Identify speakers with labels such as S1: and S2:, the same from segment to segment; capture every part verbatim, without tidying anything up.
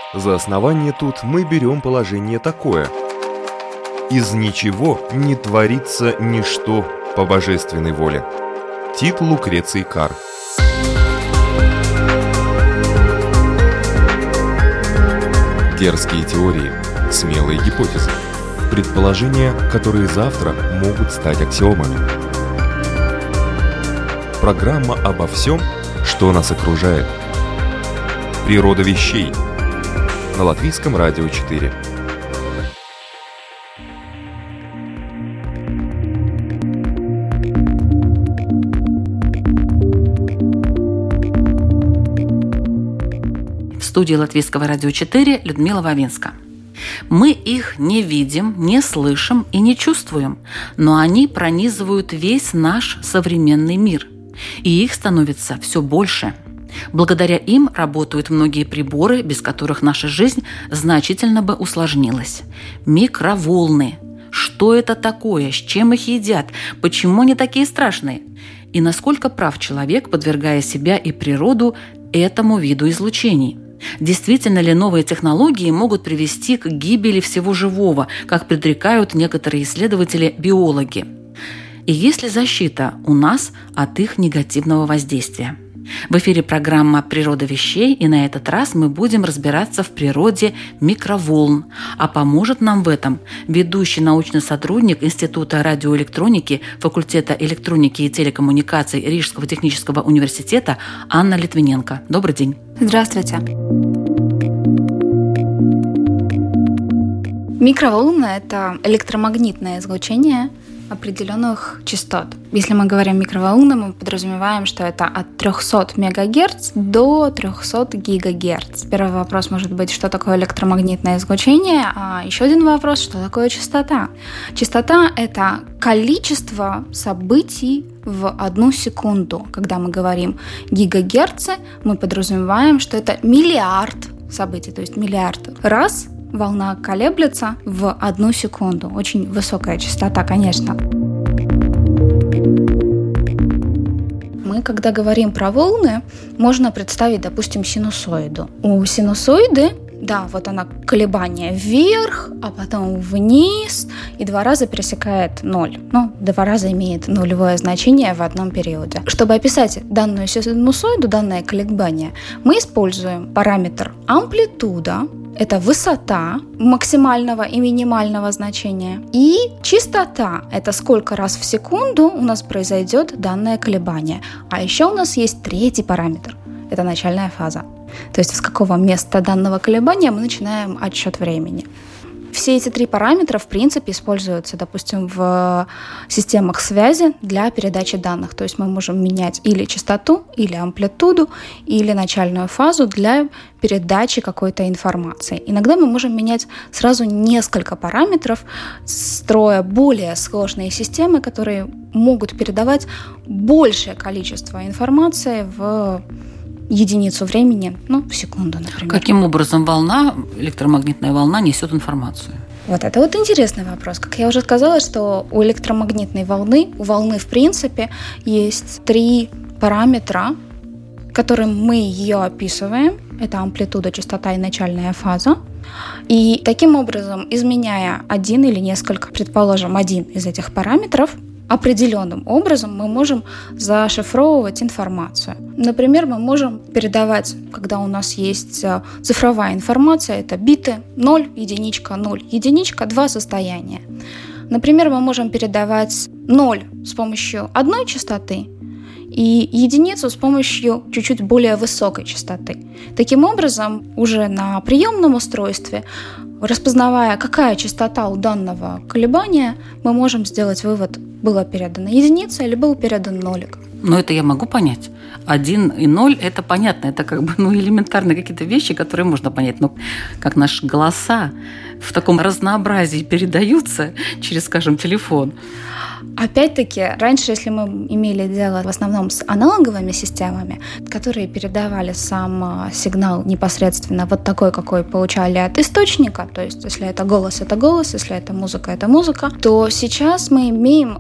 S1: За основание тут мы берем положение такое: «Из ничего не творится ничто по божественной воле». Тит Лукреций Кар. Дерзкие теории, смелые гипотезы, предположения, которые завтра могут стать аксиомами. Программа обо всем, что нас окружает. Природа вещей. На Латвийском радио четыре.
S2: В студии Латвийского радио четыре Людмила Вавинска. Мы их не видим, не слышим и не чувствуем, но они пронизывают весь наш современный мир. И их становится все больше. Благодаря им работают многие приборы, без которых наша жизнь значительно бы усложнилась. Микроволны. Что это такое? С чем их едят? Почему они такие страшные? И насколько прав человек, подвергая себя и природу этому виду излучений? Действительно ли новые технологии могут привести к гибели всего живого, как предрекают некоторые исследователи-биологи? И есть ли защита у нас от их негативного воздействия? В эфире программа «Природа вещей», и на этот раз мы будем разбираться в природе микроволн. А поможет нам в этом ведущий научный сотрудник Института радиоэлектроники, факультета электроники и телекоммуникаций Рижского технического университета Анна Литвиненко. Добрый день.
S3: Здравствуйте. Микроволны – это электромагнитное излучение определенных частот. Если мы говорим микроволны, мы подразумеваем, что это от трехсот мегагерц до трехсот гигагерц. Первый вопрос может быть, что такое электромагнитное излучение, а еще один вопрос, что такое частота. Частота – это количество событий в одну секунду. Когда мы говорим гигагерцы, мы подразумеваем, что это миллиард событий, то есть миллиард раз волна колеблется в одну секунду. Очень высокая частота, конечно. Мы, когда говорим про волны, можно представить, допустим, синусоиду. У синусоиды, да, вот она колебание вверх, а потом вниз, и два раза пересекает ноль. Ну, два раза имеет нулевое значение в одном периоде. Чтобы описать данную синусоиду, данное колебание, мы используем параметр амплитуда. Это высота максимального и минимального значения. И частота – это сколько раз в секунду у нас произойдет данное колебание. А еще у нас есть третий параметр – это начальная фаза. То есть с какого места данного колебания мы начинаем отсчет времени. Все эти три параметра, в принципе, используются, допустим, в системах связи для передачи данных. То есть мы можем менять или частоту, или амплитуду, или начальную фазу для передачи какой-то информации. Иногда мы можем менять сразу несколько параметров, строя более сложные системы, которые могут передавать большее количество информации в единицу времени, ну, в секунду, например.
S2: Каким образом волна, электромагнитная волна, несет информацию?
S3: Вот это вот интересный вопрос. Как я уже сказала, что у электромагнитной волны, у волны в принципе есть три параметра, которым мы ее описываем. Это амплитуда, частота и начальная фаза. И таким образом, изменяя один или несколько, предположим, один из этих параметров, определенным образом мы можем зашифровывать информацию. Например, мы можем передавать, когда у нас есть цифровая информация, это биты ноль, единичка, ноль, единичка, два состояния. Например, мы можем передавать ноль с помощью одной частоты и единицу с помощью чуть-чуть более высокой частоты. Таким образом, уже на приемном устройстве, распознавая, какая частота у данного колебания, мы можем сделать вывод, была передана единица или был передан нолик.
S2: Но это я могу понять. Один и ноль – это понятно, это как бы ну, элементарные какие-то вещи, которые можно понять. Но как наши голоса в таком разнообразии передаются через, скажем, телефон.
S3: Опять-таки, раньше, если мы имели дело в основном с аналоговыми системами, которые передавали сам сигнал непосредственно вот такой, какой получали от источника, то есть если это голос, это голос, если это музыка, это музыка, то сейчас мы имеем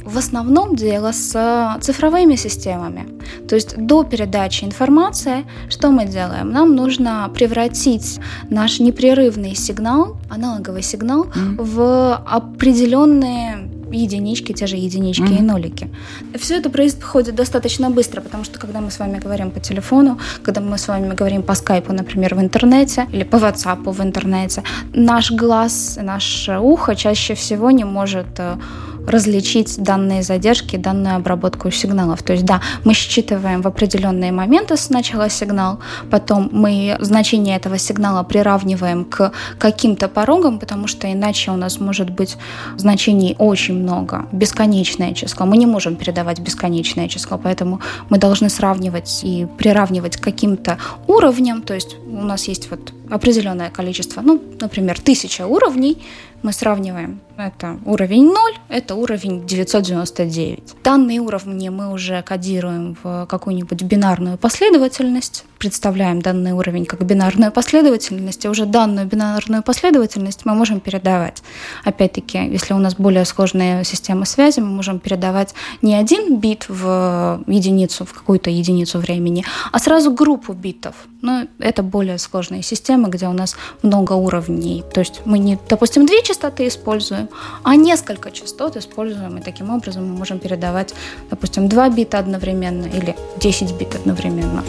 S3: в основном дело с цифровыми системами. То есть до передачи информации что мы делаем? Нам нужно превратить наш непрерывный сигнал, аналоговый сигнал, mm. в определенные единички, те же единички mm-hmm. и нолики. Все это происходит достаточно быстро, потому что когда мы с вами говорим по телефону, когда мы с вами говорим по скайпу, например, в интернете, или по ватсапу в интернете, наш глаз, наше ухо чаще всего не может различить данные задержки, данную обработку сигналов. То есть, да, мы считываем в определенные моменты сначала сигнал, потом мы значение этого сигнала приравниваем к каким-то порогам, потому что иначе у нас может быть значений очень много, бесконечное число. Мы не можем передавать бесконечное число, поэтому мы должны сравнивать и приравнивать к каким-то уровням. То есть у нас есть вот определенное количество, ну, например, тысяча уровней, мы сравниваем. Это уровень ноль, это уровень девятьсот девяносто девять. Данные уровни мы уже кодируем в какую-нибудь бинарную последовательность, представляем данный уровень как бинарную последовательность, и уже данную бинарную последовательность мы можем передавать. Опять-таки, если у нас более сложная система связи, мы можем передавать не один бит в единицу, в какую-то единицу времени, а сразу группу битов. Но это более сложные системы, где у нас много уровней. То есть мы не, допустим, две частоты используем, а несколько частот используем, и таким образом мы можем передавать, допустим, два бита одновременно или десять бит одновременно.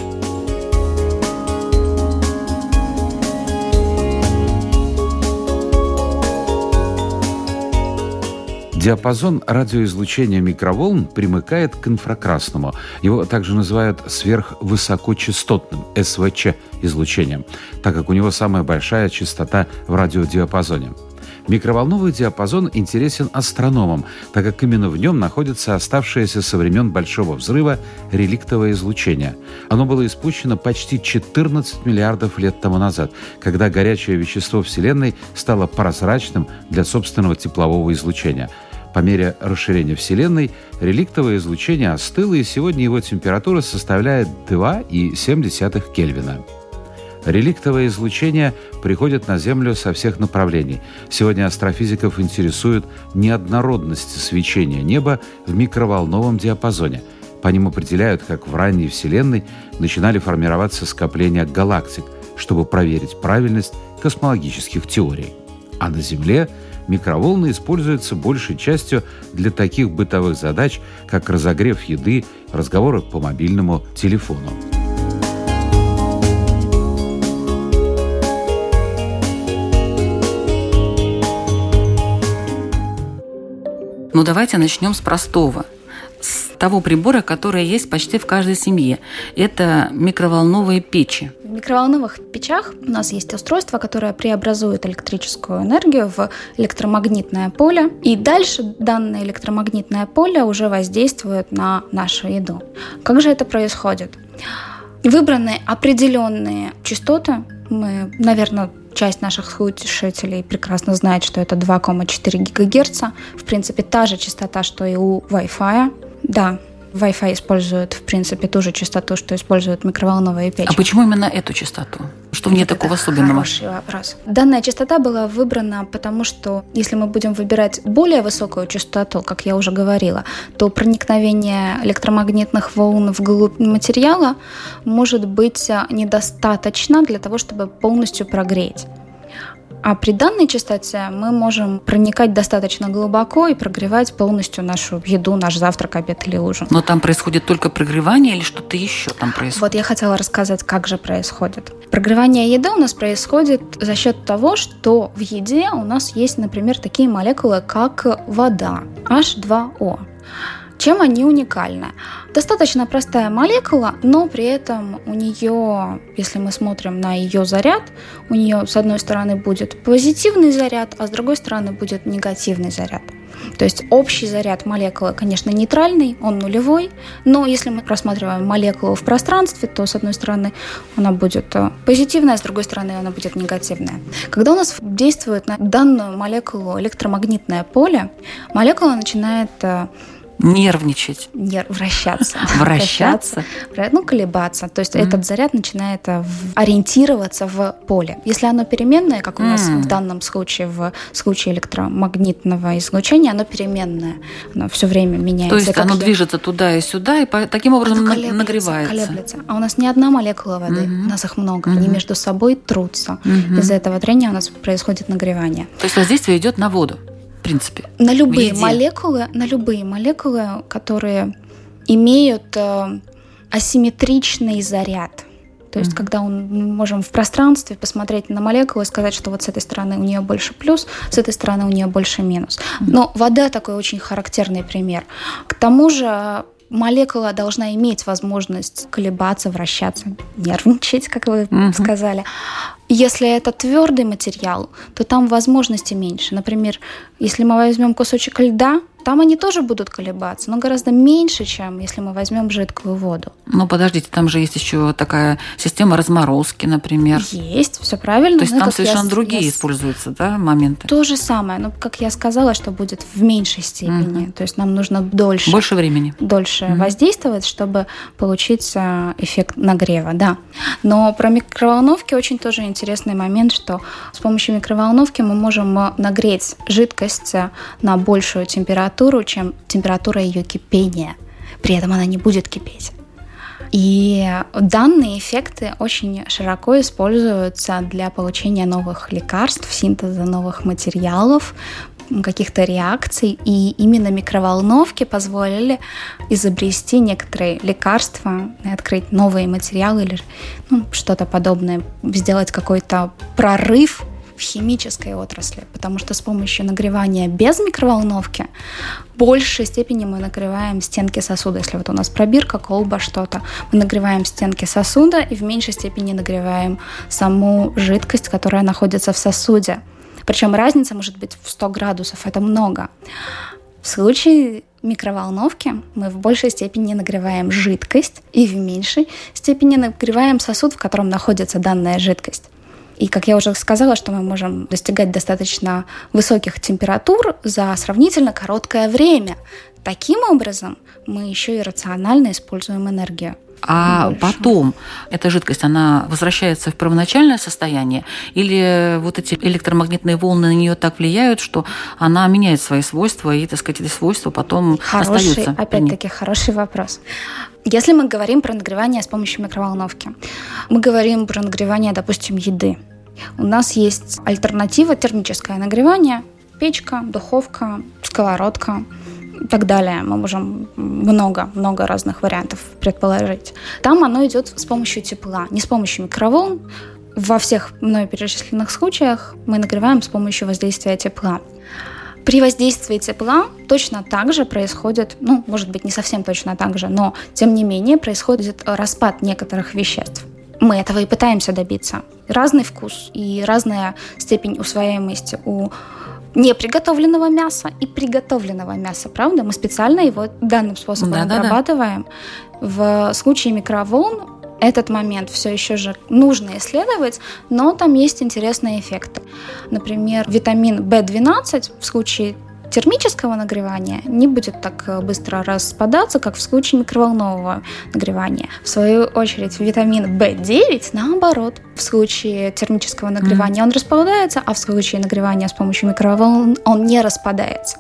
S4: Диапазон радиоизлучения микроволн примыкает к инфракрасному. Его также называют сверхвысокочастотным эс вэ че излучением, так как у него самая большая частота в радиодиапазоне. Микроволновый диапазон интересен астрономам, так как именно в нем находится оставшееся со времен Большого взрыва реликтовое излучение. Оно было испущено почти четырнадцать миллиардов лет тому назад, когда горячее вещество Вселенной стало прозрачным для собственного теплового излучения. По мере расширения Вселенной реликтовое излучение остыло, и сегодня его температура составляет два и семь десятых Кельвина. Реликтовое излучение приходит на Землю со всех направлений. Сегодня астрофизиков интересует неоднородность свечения неба в микроволновом диапазоне. По ним определяют, как в ранней Вселенной начинали формироваться скопления галактик, чтобы проверить правильность космологических теорий. А на Земле микроволны используются большей частью для таких бытовых задач, как разогрев еды, разговоры по мобильному телефону.
S2: Ну, давайте начнем с простого. С того прибора, который есть почти в каждой семье. Это микроволновые печи.
S3: В микроволновых печах у нас есть устройство, которое преобразует электрическую энергию в электромагнитное поле. И дальше данное электромагнитное поле уже воздействует на нашу еду. Как же это происходит? Выбраны определенные частоты. Мы, наверное, часть наших слушателей прекрасно знает, что это два целых четыре гигагерца. В принципе, та же частота, что и у Wi-Fi. Да, Wi-Fi использует, в принципе, ту же частоту, что используют микроволновые печи.
S2: А почему именно эту частоту? Что в ней такого особенного?
S3: Хороший вопрос. Данная частота была выбрана, потому что если мы будем выбирать более высокую частоту, как я уже говорила, то проникновение электромагнитных волн вглубь материала может быть недостаточно для того, чтобы полностью прогреть. А при данной частоте мы можем проникать достаточно глубоко и прогревать полностью нашу еду, наш завтрак, обед или ужин.
S2: Но там происходит только прогревание или что-то еще там происходит?
S3: Вот я хотела рассказать, как же происходит. Прогревание еды у нас происходит за счет того, что в еде у нас есть, например, такие молекулы, как вода, эйч два о. Чем они уникальны? Достаточно простая молекула, но при этом у нее, если мы смотрим на ее заряд, у нее с одной стороны будет позитивный заряд, а с другой стороны будет негативный заряд. То есть общий заряд молекулы, конечно, нейтральный, он нулевой, но если мы рассматриваем молекулу в пространстве, то с одной стороны она будет позитивная, а с другой стороны она будет негативная. Когда у нас действует на данную молекулу электромагнитное поле, молекула начинает
S2: Нервничать.
S3: Нер... Вращаться.
S2: Вращаться?
S3: Ну, колебаться. То есть mm-hmm. этот заряд начинает ориентироваться в поле. Если оно переменное, как у нас mm-hmm. в данном случае, в случае электромагнитного излучения, оно переменное. Оно все время меняется.
S2: То есть оно я... движется туда и сюда, и таким образом
S3: колеблется,
S2: нагревается.
S3: Колеблется. А у нас не одна молекула воды, mm-hmm. у нас их много. Mm-hmm. Они между собой трутся. Mm-hmm. Из-за этого трения у нас происходит нагревание.
S2: То есть воздействие идет на воду? В принципе,
S3: на любые молекулы, на любые молекулы, которые имеют э, асимметричный заряд. То есть, mm-hmm. когда он, мы можем в пространстве посмотреть на молекулу и сказать, что вот с этой стороны у нее больше плюс, с этой стороны у нее больше минус. Mm-hmm. Но вода такой очень характерный пример. К тому же молекула должна иметь возможность колебаться, вращаться, нервничать, как вы mm-hmm. сказали. Если это твердый материал, то там возможностей меньше. Например, если мы возьмем кусочек льда, там они тоже будут колебаться, но гораздо меньше, чем если мы возьмем жидкую воду.
S2: Ну, подождите, там же есть еще такая система разморозки, например.
S3: Есть, все правильно.
S2: То есть
S3: ну,
S2: там совершенно я, другие
S3: я...
S2: используются, да, моменты?
S3: То же самое, но, как я сказала, что будет в меньшей степени. Mm-hmm. То есть нам нужно дольше...
S2: Больше времени.
S3: Дольше mm-hmm. воздействовать, чтобы получить эффект нагрева, да. Но про микроволновки очень тоже интересный момент, что с помощью микроволновки мы можем нагреть жидкость на большую температуру, чем температура ее кипения. При этом она не будет кипеть. И данные эффекты очень широко используются для получения новых лекарств, синтеза новых материалов, каких-то реакций. И именно микроволновки позволили изобрести некоторые лекарства, открыть новые материалы или ну, что-то подобное, сделать какой-то прорыв в химической отрасли, потому что с помощью нагревания без микроволновки в большей степени мы нагреваем стенки сосуда. Если вот у нас пробирка, колба, что-то, мы нагреваем стенки сосуда и в меньшей степени нагреваем саму жидкость, которая находится в сосуде. Причем разница может быть в сто градусов, это много. В случае микроволновки мы в большей степени нагреваем жидкость и в меньшей степени нагреваем сосуд, в котором находится данная жидкость. И, как я уже сказала, что мы можем достигать достаточно высоких температур за сравнительно короткое время. Таким образом, мы еще и рационально используем энергию.
S2: А больше. Потом эта жидкость, она возвращается в первоначальное состояние? Или вот эти электромагнитные волны на нее так влияют, что она меняет свои свойства, и, так сказать, эти свойства потом
S3: хороший,
S2: остаются?
S3: Опять-таки, хороший вопрос. Если мы говорим про нагревание с помощью микроволновки, мы говорим про нагревание, допустим, еды. У нас есть альтернатива термическое нагревание, печка, духовка, сковородка и так далее. Мы можем много-много разных вариантов предположить. Там оно идет с помощью тепла, не с помощью микроволн. Во всех мной перечисленных случаях мы нагреваем с помощью воздействия тепла. При воздействии тепла точно так же происходит, ну, может быть, не совсем точно так же, но, тем не менее, происходит распад некоторых веществ. Мы этого и пытаемся добиться. Разный вкус и разная степень усвояемости у неприготовленного мяса и приготовленного мяса, правда? Мы специально его данным способом да, обрабатываем. Да, да. В случае микроволн этот момент все еще же нужно исследовать, но там есть интересные эффекты. Например, витамин бэ двенадцать в случае термического нагревания не будет так быстро распадаться, как в случае микроволнового нагревания. В свою очередь, витамин бэ девять, наоборот, в случае термического нагревания mm. он распадается, а в случае нагревания с помощью микроволн он не распадается.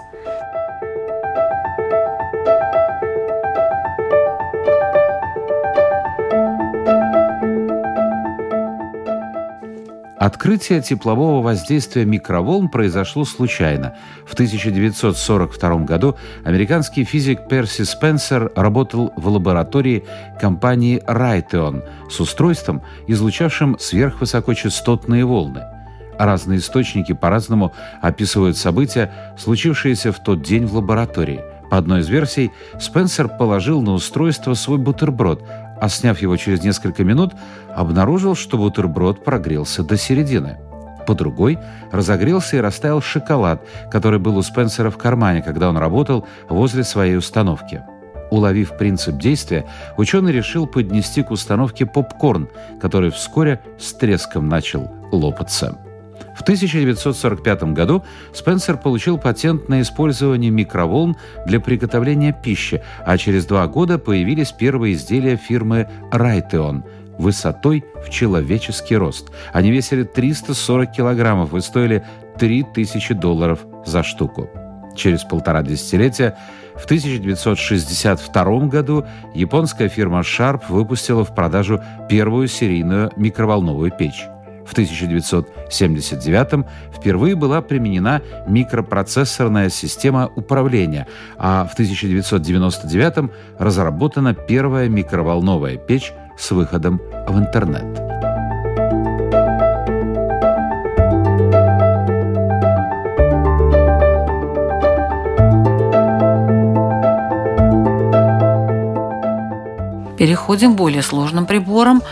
S4: Открытие теплового воздействия микроволн произошло случайно. В тысяча девятьсот сорок втором году американский физик Перси Спенсер работал в лаборатории компании Raytheon с устройством, излучавшим сверхвысокочастотные волны. Разные источники по-разному описывают события, случившиеся в тот день в лаборатории. По одной из версий, Спенсер положил на устройство свой бутерброд, а сняв его через несколько минут, обнаружил, что бутерброд прогрелся до середины. По другой, разогрелся и растаял шоколад, который был у Спенсера в кармане, когда он работал возле своей установки. Уловив принцип действия, ученый решил поднести к установке попкорн, который вскоре с треском начал лопаться. В тысяча девятьсот сорок пятом году Спенсер получил патент на использование микроволн для приготовления пищи, а через два года появились первые изделия фирмы Raytheon высотой в человеческий рост. Они весили триста сорок килограммов и стоили три тысячи долларов за штуку. Через полтора десятилетия, в тысяча девятьсот шестьдесят втором году, японская фирма Sharp выпустила в продажу первую серийную микроволновую печь. В тысяча девятьсот семьдесят девятом впервые была применена микропроцессорная система управления, а в тысяча девятьсот девяносто девятом разработана первая микроволновая печь с выходом в интернет.
S2: Переходим к более сложным приборам.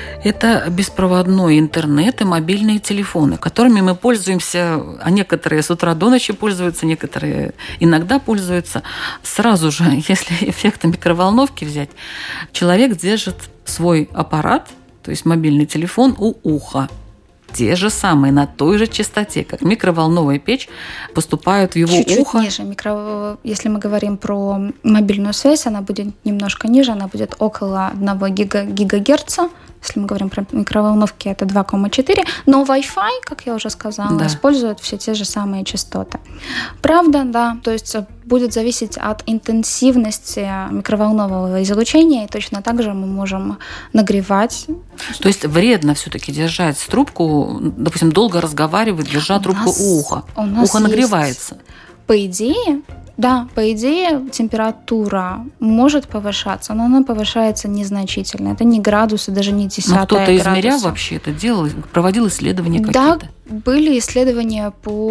S2: Это беспроводной интернет и мобильные телефоны, которыми мы пользуемся, а некоторые с утра до ночи пользуются, некоторые иногда пользуются. Сразу же, если эффект микроволновки взять, человек держит свой аппарат, то есть мобильный телефон, у уха. Те же самые, на той же частоте, как микроволновая печь, поступают в его
S3: Чуть-чуть
S2: ухо.
S3: ниже. Микро... Если мы говорим про мобильную связь, она будет немножко ниже, она будет около одного гига... гигагерца. Если мы говорим про микроволновки, это два целых четыре. Но Wi-Fi, как я уже сказала, да, использует все те же самые частоты. Правда, да. То есть будет зависеть от интенсивности микроволнового излучения, и точно так же мы можем нагревать.
S2: То есть вредно все-таки держать трубку, допустим, долго разговаривать, держа у трубку нас, у уха. У Ухо нагревается.
S3: По идее, да, по идее температура может повышаться, но она повышается незначительно. Это не градусы, даже не десятая градуса.
S2: Но кто-то измерял вообще это, делал, проводил исследования какие-то?
S3: Да, были исследования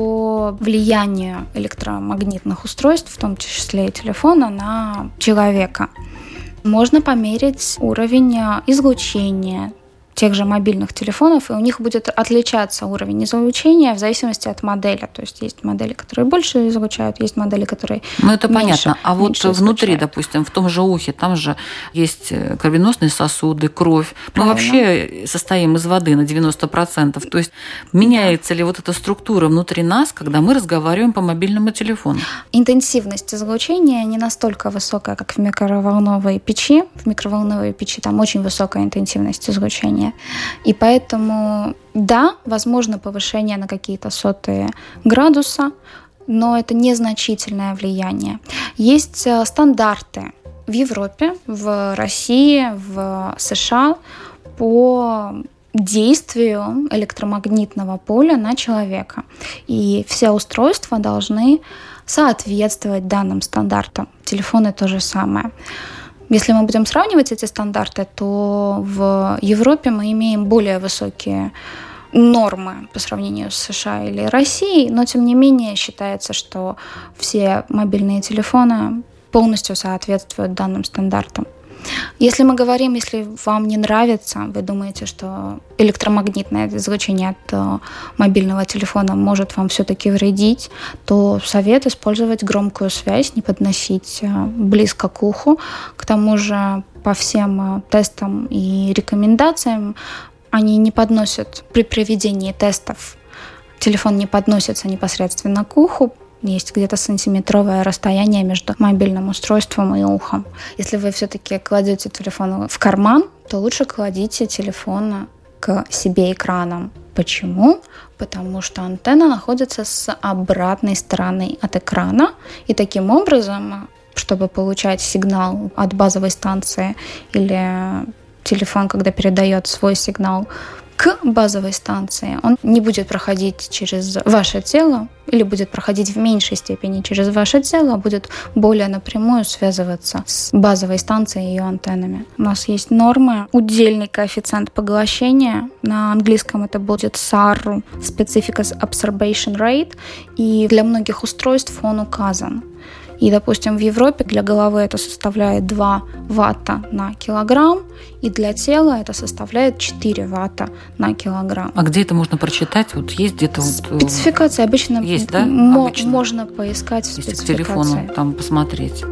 S3: по влиянию электромагнитных устройств, в том числе и телефона, на человека. Можно померить уровень излучения тех же мобильных телефонов, и у них будет отличаться уровень излучения в зависимости от модели. То есть есть модели, которые больше излучают, есть модели, которые
S2: Ну, это
S3: меньше,
S2: понятно. А вот внутри,
S3: излучают.
S2: Допустим, в том же ухе, там же есть кровеносные сосуды, кровь. Мы
S3: Правильно.
S2: вообще состоим из воды на девяносто процентов. То есть меняется ли вот эта структура внутри нас, когда мы разговариваем по мобильному телефону?
S3: Интенсивность излучения не настолько высокая, как в микроволновой печи. В микроволновой печи там очень высокая интенсивность излучения. И поэтому, да, возможно повышение на какие-то сотые градуса, но это незначительное влияние. Есть стандарты в Европе, в России, в США по действию электромагнитного поля на человека. И все устройства должны соответствовать данным стандартам. Телефоны то же самое. Если мы будем сравнивать эти стандарты, то в Европе мы имеем более высокие нормы по сравнению с США или Россией, но тем не менее считается, что все мобильные телефоны полностью соответствуют данным стандартам. Если мы говорим, если вам не нравится, вы думаете, что электромагнитное излучение от мобильного телефона может вам все-таки вредить, то совет использовать громкую связь, не подносить близко к уху. К тому же по всем тестам и рекомендациям они не подносят при проведении тестов, телефон не подносится непосредственно к уху. Есть где-то сантиметровое расстояние между мобильным устройством и ухом. Если вы все-таки кладете телефон в карман, то лучше кладите телефон к себе экраном. Почему? Потому что антенна находится с обратной стороны от экрана, и таким образом, чтобы получать сигнал от базовой станции или телефон, когда передает свой сигнал к базовой станции, он не будет проходить через ваше тело или будет проходить в меньшей степени через ваше тело, а будет более напрямую связываться с базовой станцией и ее антеннами. У нас есть нормы, удельный коэффициент поглощения. На английском это будет эс эй ар, Specific Absorption Rate, и для многих устройств он указан. И, допустим, в Европе для головы это составляет два ватта на килограмм, и для тела это составляет четыре ватта на килограмм.
S2: А где это можно прочитать? Вот есть где-то вот...
S3: Спецификация обычно,
S2: есть, да?
S3: М-
S2: обычно.
S3: Можно поискать в
S2: Если
S3: спецификации.
S2: к телефону там посмотреть.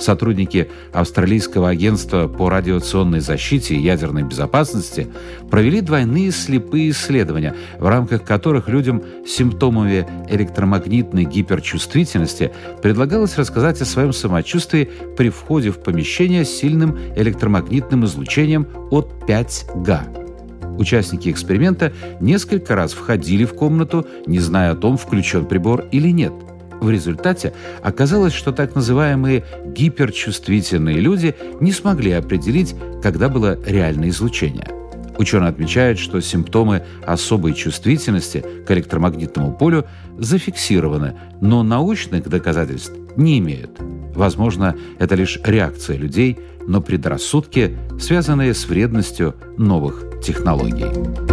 S4: Сотрудники Австралийского агентства по радиационной защите и ядерной безопасности провели двойные слепые исследования, в рамках которых людям с симптомами электромагнитной гиперчувствительности предлагалось рассказать о своем самочувствии при входе в помещение с сильным электромагнитным излучением от пять га. Участники эксперимента несколько раз входили в комнату, не зная о том, включен прибор или нет. В результате оказалось, что так называемые гиперчувствительные люди не смогли определить, когда было реальное излучение. Ученые отмечают, что симптомы особой чувствительности к электромагнитному полю зафиксированы, но научных доказательств не имеют. Возможно, это лишь реакция людей на предрассудки, связанные с вредностью новых технологий.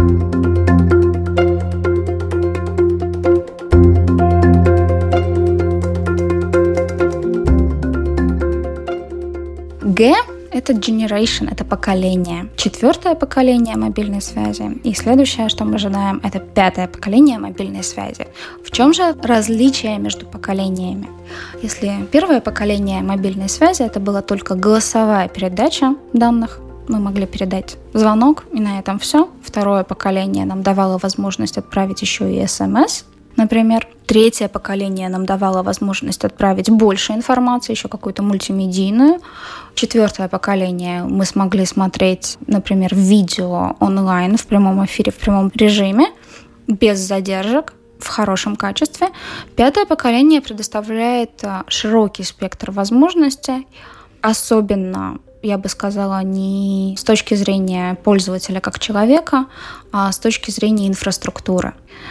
S3: G – это generation, это поколение. Четвертое поколение мобильной связи. И следующее, что мы ожидаем, это пятое поколение мобильной связи. В чем же различие между поколениями? Если первое поколение мобильной связи – это была только голосовая передача данных, мы могли передать звонок, и на этом все. Второе поколение нам давало возможность отправить еще и смс, например. Третье поколение нам давало возможность отправить больше информации, еще какую-то мультимедийную. Четвертое поколение мы смогли смотреть, например, видео онлайн в прямом эфире, в прямом режиме, без задержек, в хорошем качестве. Пятое поколение предоставляет широкий спектр возможностей, особенно, я бы сказала, не с точки зрения пользователя как человека, а с точки зрения инфраструктуры.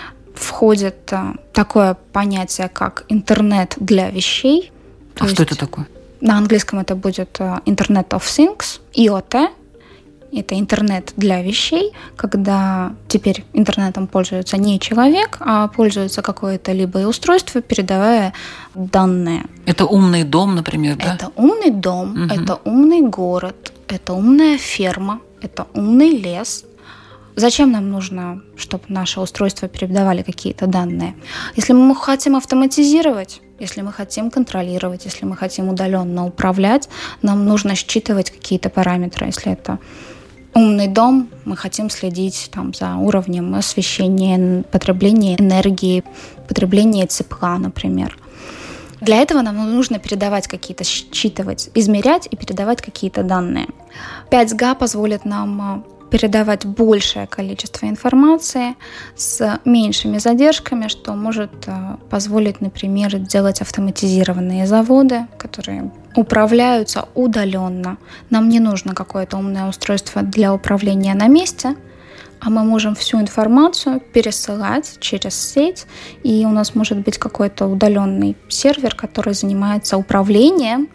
S3: Входит такое понятие, как интернет для вещей.
S2: А что это такое?
S3: На английском это будет Internet of Things, ай о ти. Это интернет для вещей, когда теперь интернетом пользуется не человек, а пользуется какое-то либо устройство, передавая данные.
S2: Это умный дом, например, да?
S3: Это умный дом, угу. Это умный город, это умная ферма, это умный лес. Зачем нам нужно, чтобы наши устройства передавали какие-то данные? Если мы хотим автоматизировать, если мы хотим контролировать, если мы хотим удаленно управлять, нам нужно считывать какие-то параметры. Если это умный дом, мы хотим следить там, за уровнем освещения, потребления энергии, потребления тепла, например. Для этого нам нужно передавать какие-то, считывать, измерять и передавать какие-то данные. пять га позволит нам передавать большее количество информации с меньшими задержками, что может позволить, например, делать автоматизированные заводы, которые управляются удаленно. Нам не нужно какое-то умное устройство для управления на месте, а мы можем всю информацию пересылать через сеть, и у нас может быть какой-то удаленный сервер, который занимается управлением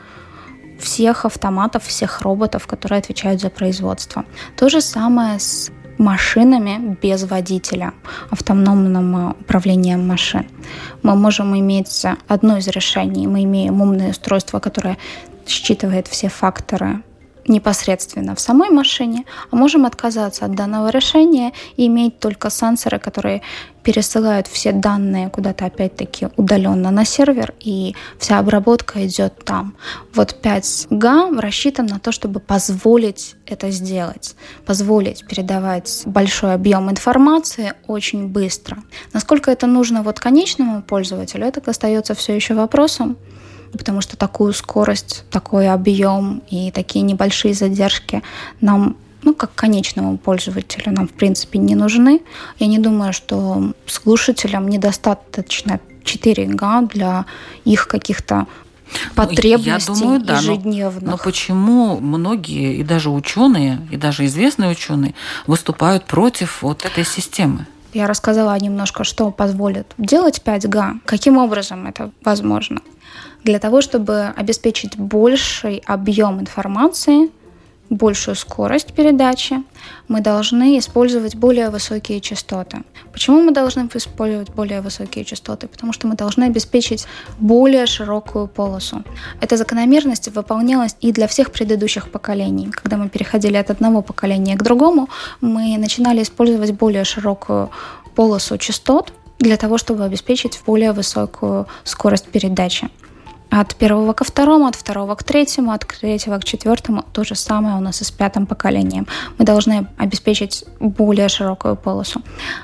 S3: всех автоматов, всех роботов, которые отвечают за производство. То же самое с машинами без водителя, автономным управлением машин. Мы можем иметь одно из решений. Мы имеем умное устройство, которое считывает все факторы непосредственно в самой машине, а можем отказаться от данного решения и иметь только сенсоры, которые пересылают все данные куда-то опять-таки удаленно на сервер, и вся обработка идет там. Вот пять га рассчитан на то, чтобы позволить это сделать, позволить передавать большой объем информации очень быстро. Насколько это нужно вот конечному пользователю, это остается все еще вопросом, потому что такую скорость, такой объем и такие небольшие задержки нам, ну, как конечному пользователю, нам, в принципе, не нужны. Я не думаю, что слушателям недостаточно четыре га для их каких-то потребностей,
S2: я думаю, да,
S3: ежедневных.
S2: Но, но почему многие, и даже ученые, и даже известные ученые, выступают против вот этой системы?
S3: Я рассказала немножко, что позволит делать пять га, каким образом это возможно. Для того, чтобы обеспечить больший объем информации, большую скорость передачи, мы должны использовать более высокие частоты. Почему мы должны использовать более высокие частоты? Потому что мы должны обеспечить более широкую полосу. Эта закономерность выполнялась и для всех предыдущих поколений. Когда мы переходили от одного поколения к другому, мы начинали использовать более широкую полосу частот для того, чтобы обеспечить более высокую скорость передачи. От первого ко второму, от второго к третьему, от третьего к четвертому. То же самое у нас и с пятым поколением. Мы должны обеспечить более широкую полосу.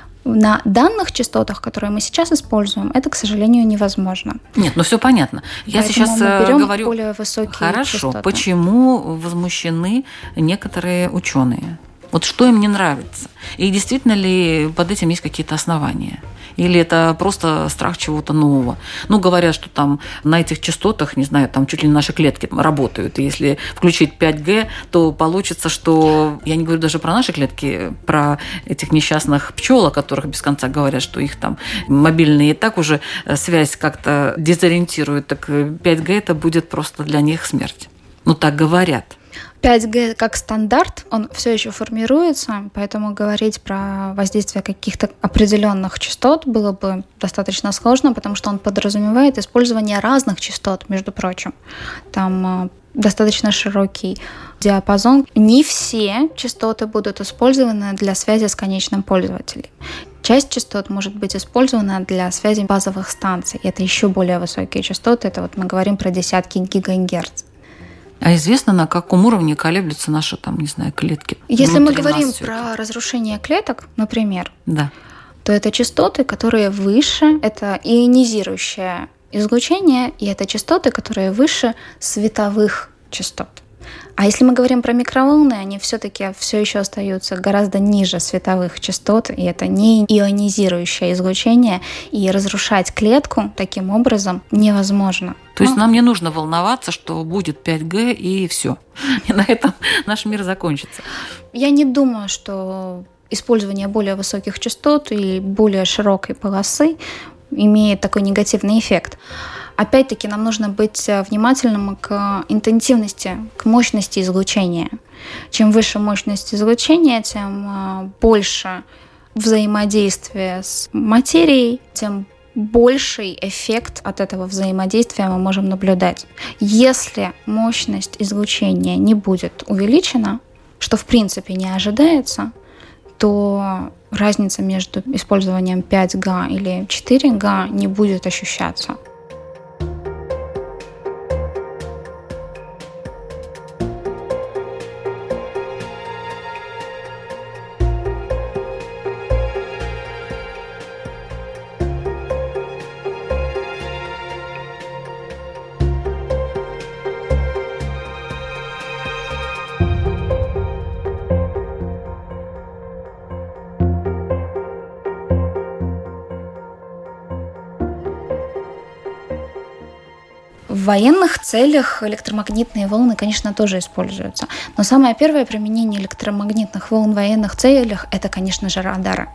S3: На данных частотах, которые мы сейчас используем, это, к сожалению, невозможно.
S2: Нет, ну все понятно. Я
S3: Поэтому
S2: сейчас
S3: мы берем
S2: говорю...
S3: более высокие
S2: Хорошо,
S3: частоты.
S2: Почему возмущены некоторые ученые? Вот что им не нравится? И действительно ли под этим есть какие-то основания? Или это просто страх чего-то нового? Ну, говорят, что там на этих частотах, не знаю, там чуть ли не наши клетки работают. И если включить пять джи, то получится, что... Я не говорю даже про наши клетки, про этих несчастных пчел, о которых без конца говорят, что их там мобильные и так уже связь как-то дезориентирует. Так пять джи это будет просто для них смерть. Ну, так говорят.
S3: пять джи как стандарт, он все еще формируется, поэтому говорить про воздействие каких-то определенных частот было бы достаточно сложно, потому что он подразумевает использование разных частот, между прочим. Там достаточно широкий диапазон. Не все частоты будут использованы для связи с конечным пользователем. Часть частот может быть использована для связи базовых станций. Это еще более высокие частоты. Это вот мы говорим про десятки гигагерц.
S2: А известно, на каком уровне колеблются наши, там, не знаю, клетки?
S3: Если мы говорим про это. разрушение клеток, например,
S2: да.
S3: то это частоты, которые выше, это ионизирующее излучение, и это частоты, которые выше световых частот. А если мы говорим про микроволны, они все-таки все еще остаются гораздо ниже световых частот, и это не ионизирующее излучение, и разрушать клетку таким образом невозможно.
S2: То есть ну, нам не нужно волноваться, что будет пять джи и все. И на этом наш мир закончится.
S3: Я не думаю, что использование более высоких частот и более широкой полосы имеет такой негативный эффект. Опять-таки, нам нужно быть внимательным к интенсивности, к мощности излучения. Чем выше мощность излучения, тем больше взаимодействия с материей, тем больший эффект от этого взаимодействия мы можем наблюдать. Если мощность излучения не будет увеличена, что в принципе не ожидается, то разница между использованием пять джи или четыре джи не будет ощущаться. В военных целях электромагнитные волны, конечно, тоже используются. Но самое первое применение электромагнитных волн в военных целях – это, конечно же, радары.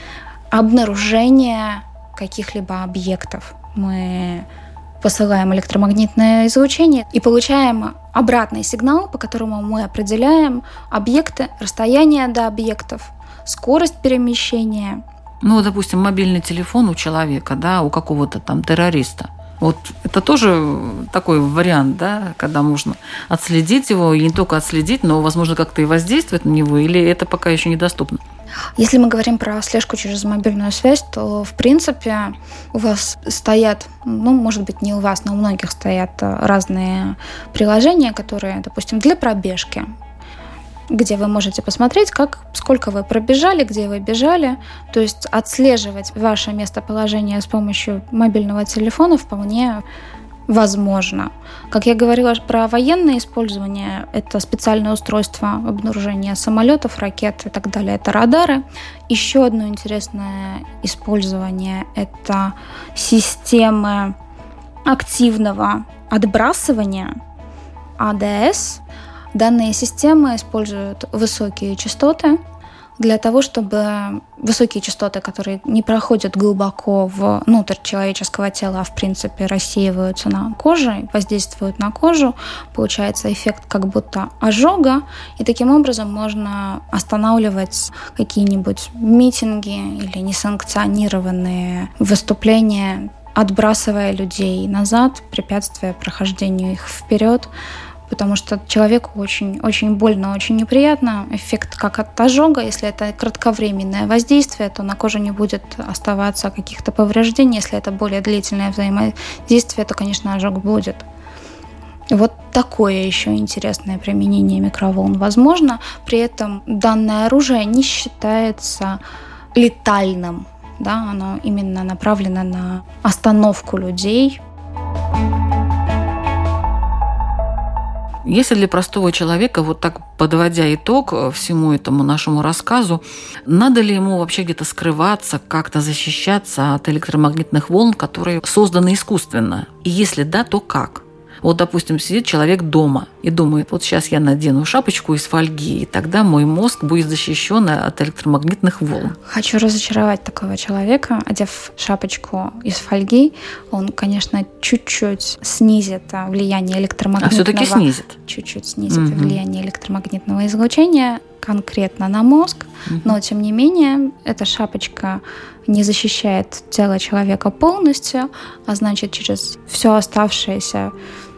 S3: Обнаружение каких-либо объектов. Мы посылаем электромагнитное излучение и получаем обратный сигнал, по которому мы определяем объекты, расстояние до объектов, скорость перемещения.
S2: Ну, допустим, мобильный телефон у человека, да, у какого-то там террориста. Вот это тоже такой вариант, да, когда можно отследить его, и не только отследить, но, возможно, как-то и воздействовать на него, или это пока еще недоступно?
S3: Если мы говорим про слежку через мобильную связь, то, в принципе, у вас стоят, ну, может быть, не у вас, но у многих стоят разные приложения, которые, допустим, для пробежки, где вы можете посмотреть, как, сколько вы пробежали, где вы бежали. То есть отслеживать ваше местоположение с помощью мобильного телефона вполне возможно. Как я говорила про военное использование, это специальное устройство обнаружения самолетов, ракет и так далее. Это радары. Еще одно интересное использование – это системы активного отбрасывания, а дэ эс. Данные системы используют высокие частоты для того, чтобы высокие частоты, которые не проходят глубоко внутрь человеческого тела, а в принципе рассеиваются на коже, воздействуют на кожу, получается эффект как будто ожога, и таким образом можно останавливать какие-нибудь митинги или несанкционированные выступления, отбрасывая людей назад, препятствуя прохождению их вперед. потому что человеку очень, очень больно, очень неприятно. Эффект как от ожога. Если это кратковременное воздействие, то на коже не будет оставаться каких-то повреждений. Если это более длительное взаимодействие, то, конечно, ожог будет. Вот такое еще интересное применение микроволн возможно. При этом данное оружие не считается летальным. Да, оно именно направлено на остановку людей.
S2: Если для простого человека, вот так подводя итог всему этому нашему рассказу, надо ли ему вообще где-то скрываться, как-то защищаться от электромагнитных волн, которые созданы искусственно? И если да, то как? Вот, допустим, сидит человек дома и думает, вот сейчас я надену шапочку из фольги, и тогда мой мозг будет защищен от электромагнитных волн.
S3: Хочу разочаровать такого человека. Одев шапочку из фольги, он, конечно, чуть-чуть снизит влияние электромагнитного...
S2: А все-таки снизит?
S3: Чуть-чуть снизит угу. влияние электромагнитного излучения конкретно на мозг, угу. но, тем не менее, эта шапочка не защищает тело человека полностью, а значит, через все оставшееся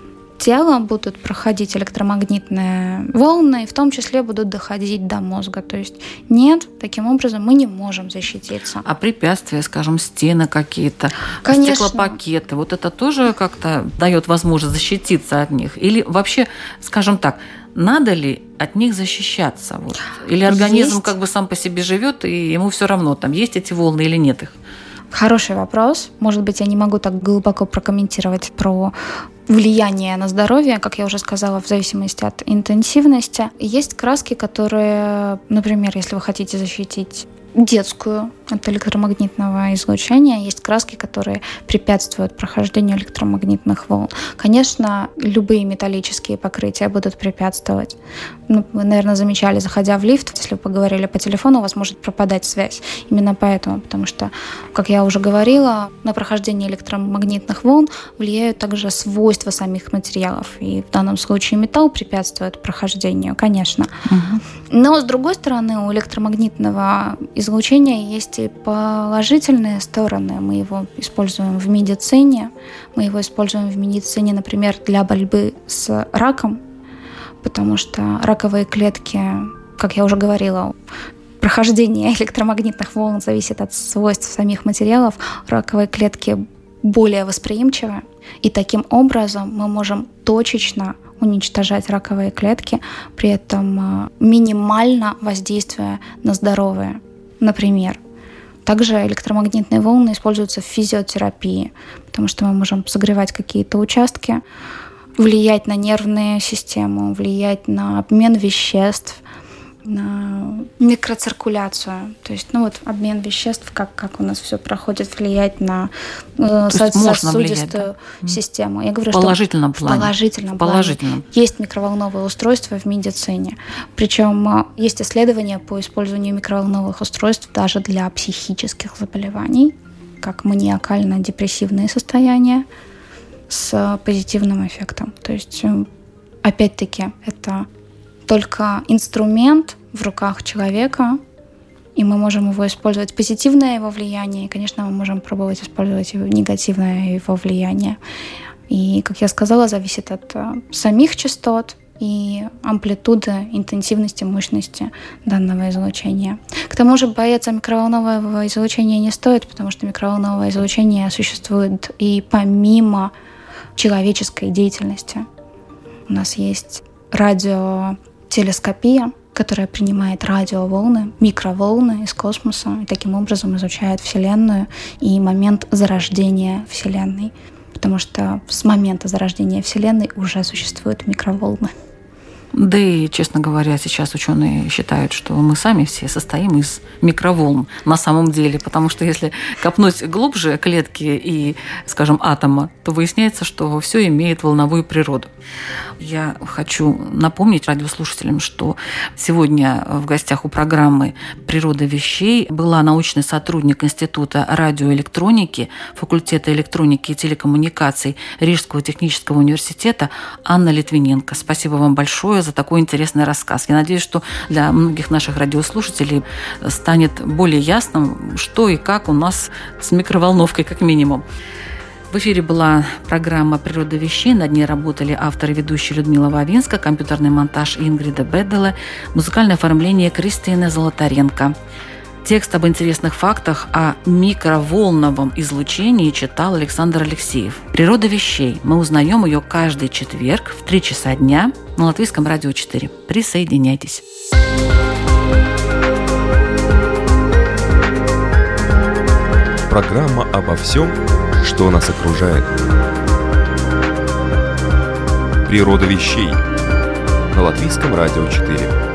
S3: тело будут проходить электромагнитные волны, и в том числе будут доходить до мозга. То есть нет, таким образом мы не можем защититься.
S2: А препятствия, скажем, стены какие-то,
S3: Конечно.
S2: стеклопакеты, вот это тоже как-то дает возможность защититься от них? Или вообще, скажем так, надо ли от них защищаться? Вот? Или организм есть. Как бы сам по себе живет, и ему все равно, там есть эти волны или нет их?
S3: Хороший вопрос. Может быть, я не могу так глубоко прокомментировать про влияние на здоровье, как я уже сказала, в зависимости от интенсивности. Есть краски, которые, например, если вы хотите защитить детскую от электромагнитного излучения, есть краски, которые препятствуют прохождению электромагнитных волн. Конечно, любые металлические покрытия будут препятствовать. Ну, вы, наверное, замечали, заходя в лифт, если вы поговорили по телефону, у вас может пропадать связь. Именно поэтому, потому что, как я уже говорила, на прохождение электромагнитных волн влияют также свойства самих материалов. И в данном случае металл препятствует прохождению, конечно. Угу. Но, с другой стороны, у электромагнитного излучения есть и положительные стороны. Мы его используем в медицине. Мы его используем в медицине, например, для борьбы с раком, потому что раковые клетки, как я уже говорила, прохождение электромагнитных волн зависит от свойств самих материалов. Раковые клетки более восприимчивы, и таким образом мы можем точечно уничтожать раковые клетки, при этом минимально воздействуя на здоровые. Например, также электромагнитные волны используются в физиотерапии, потому что мы можем согревать какие-то участки, влиять на нервную систему, влиять на обмен веществ, на микроциркуляцию. То есть, ну вот обмен веществ, как, как у нас все проходит, влиять на э, сосудистую влиять, да? систему. Я говорю,
S2: в положительном
S3: что
S2: плане.
S3: В положительном,
S2: в положительном.
S3: плане есть микроволновые устройства в медицине. Причем есть исследования по использованию микроволновых устройств даже для психических заболеваний, как маниакально-депрессивные состояния с позитивным эффектом. То есть, опять-таки, это только инструмент в руках человека, и мы можем его использовать позитивное его влияние, и, конечно, мы можем пробовать использовать его негативное его влияние. И, как я сказала, зависит от самих частот и амплитуды, интенсивности, мощности данного излучения. К тому же бояться микроволнового излучения не стоит, потому что микроволновое излучение существует и помимо человеческой деятельности. У нас есть радио телескопия, которая принимает радиоволны, микроволны из космоса и таким образом изучает Вселенную и момент зарождения Вселенной. Потому что с момента зарождения Вселенной уже существуют микроволны.
S2: Да и, честно говоря, сейчас ученые считают, что мы сами все состоим из микроволн на самом деле, потому что если копнуть глубже клетки и, скажем, атома, то выясняется, что все имеет волновую природу. Я хочу напомнить радиослушателям, что сегодня в гостях у программы «Природа вещей» была научный сотрудник Института радиоэлектроники, факультета электроники и телекоммуникаций Рижского технического университета Анна Литвиненко. Спасибо вам большое за такой интересный рассказ. Я надеюсь, что для многих наших радиослушателей станет более ясным, что и как у нас с микроволновкой, как минимум. В эфире была программа «Природа вещей». Над ней работали автор и ведущая Людмила Вавинска, компьютерный монтаж Ингрида Бедделе, музыкальное оформление Кристины Золотаренко. Текст об интересных фактах о микроволновом излучении читал Александр Алексеев. «Природа вещей». Мы узнаем ее каждый четверг в три часа дня на Латвийском радио четыре. Присоединяйтесь.
S1: Программа обо всем, что нас окружает. «Природа вещей» на Латвийском радио четыре.